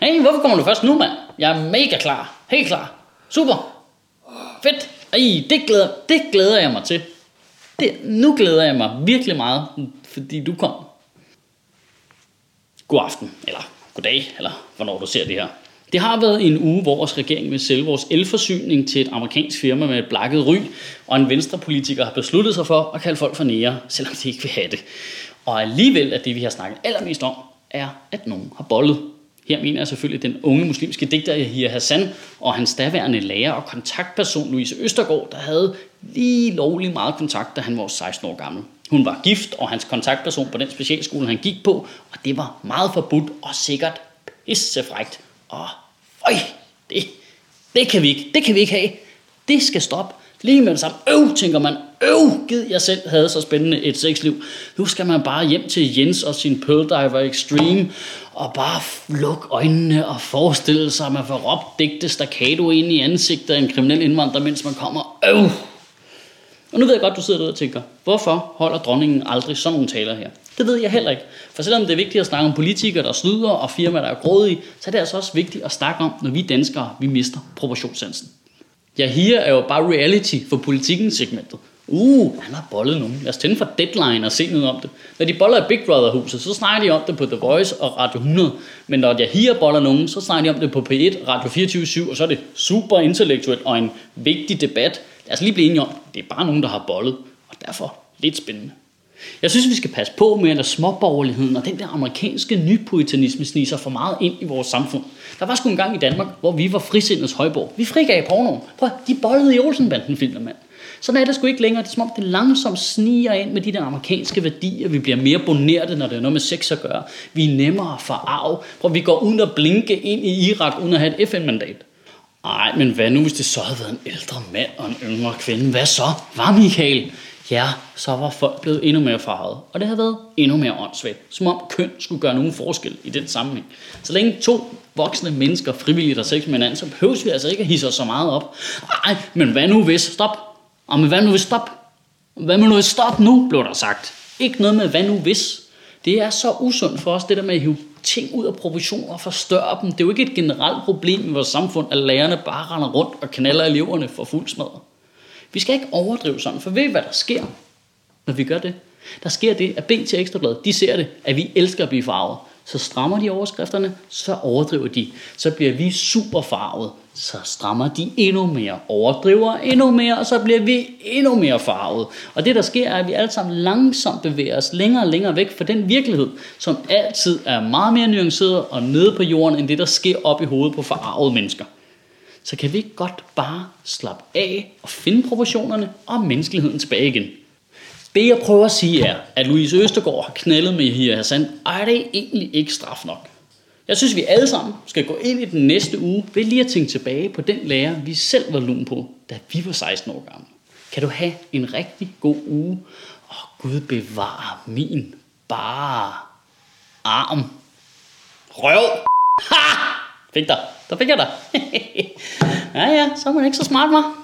Hey, hvorfor kommer du først nu, mand? Jeg er mega klar. Helt klar. Super. Fedt. Ej, det glæder jeg mig til. Nu glæder jeg mig virkelig meget, fordi du kom. God aften, eller goddag, eller hvornår du ser det her. Det har været en uge, hvor vores regering vil sælge vores elforsyning til et amerikansk firma med et blakket ry, og en venstrepolitiker har besluttet sig for at kalde folk for nære, selvom de ikke vil have det. Og alligevel er det, vi har snakket allermest om, er, at nogen har bollet. Her mener jeg selvfølgelig den unge muslimske digter Yahya Hassan og hans daværende lærer og kontaktperson Louise Østergaard, der havde lige lovlig meget kontakt, da han var 16 år gammel. Hun var gift, og hans kontaktperson på den specialskole, han gik på, og det var meget forbudt og sikkert pissefrækt. Og det kan vi ikke have. Det skal stoppe. Lige med det samme. Tænker man. Gid jeg selv havde så spændende et sexliv. Nu skal man bare hjem til Jens og sin Pearl Diver Extreme og bare lukke øjnene og forestille sig, at man får råbt digte staccato ind i ansigtet af en kriminel indvandrer, mens man kommer. Og nu ved jeg godt, du sidder derude og tænker, hvorfor holder dronningen aldrig sådan nogle taler her? Det ved jeg heller ikke. For selvom det er vigtigt at snakke om politikere, der snyder og firmaer, der er grådige, så er det altså også vigtigt at snakke om, når vi danskere, vi mister proportionssansen. Yahya er jo bare reality for politikens segmentet. Han har bollet nogen. Lad os tænde for Deadline og se noget om det. Når de boller i Big Brother-huset, så snakker de om det på The Voice og Radio 100. Men når Yahya boller nogen, så snakker de om det på P1, Radio 24/7, og så er det super intellektuelt og en vigtig debat. Lad os lige blive enige om, det er bare nogen, der har bollet, og derfor lidt spændende. Jeg synes, vi skal passe på med at lade småborgerligheden og den der amerikanske nypuritanisme snige sig for meget ind i vores samfund. Der var sgu en gang i Danmark, hvor vi var frisindets højborg. Vi frigav pornoen. Prøv, de bollede i Olsenbanden-filmen, mand. Sådan er det sgu ikke længere. Det er som om, det langsomt sniger ind med de der amerikanske værdier. Vi bliver mere bonerte, når det er noget med sex at gøre. Vi er nemmere for arv. Prøv, vi går uden at blinke ind i Irak, uden at have et FN-mandat. Ej, men hvad nu, hvis det så havde været en ældre mand og en yngre kvinde? Hvad så? Var Michael? Ja, så var folk blevet endnu mere farvet. Og det havde været endnu mere åndssvagt. Som om køn skulle gøre nogen forskel i den sammenhæng. Så længe 2 voksne mennesker frivilligt har sex med hinanden, så behøves vi altså ikke at hisse os så meget op. Ej, men hvad nu hvis? Stop. Men hvad nu hvis? Stop. Hvad nu hvis? Stop nu, blev der sagt. Ikke noget med hvad nu hvis. Det er så usundt for os, det der med at hive ting ud af proportioner og forstørre dem. Det er jo ikke et generelt problem i vores samfund, at lærerne bare render rundt og knaller eleverne for fuld smadret. Vi skal ikke overdrive sådan, for ved I, hvad der sker, når vi gør det? Der sker det, at BT Ekstrablad, de ser det, at vi elsker at blive farvet. Så strammer de overskrifterne, så overdriver de. Så bliver vi super farvet, så strammer de endnu mere, overdriver endnu mere, og så bliver vi endnu mere farvet. Og det der sker, er, at vi alle sammen langsomt bevæger os længere og længere væk fra den virkelighed, som altid er meget mere nuanceret og nede på jorden, end det der sker op i hovedet på forarvede mennesker. Så kan vi ikke godt bare slappe af og finde proportionerne og menneskeligheden tilbage igen. Det jeg prøver at sige er, at Louise Østergaard har knaldet med Yahya Hassan, og er det egentlig ikke straf nok. Jeg synes, vi alle sammen skal gå ind i den næste uge ved lige at tænke tilbage på den lærer, vi selv var lun på, da vi var 16 år gamle. Kan du have en rigtig god uge, og Gud bevare min bare arm. Røv! Ha! Fik dig. Der fik jeg dig. Ja, så er man ikke så smart, hva'?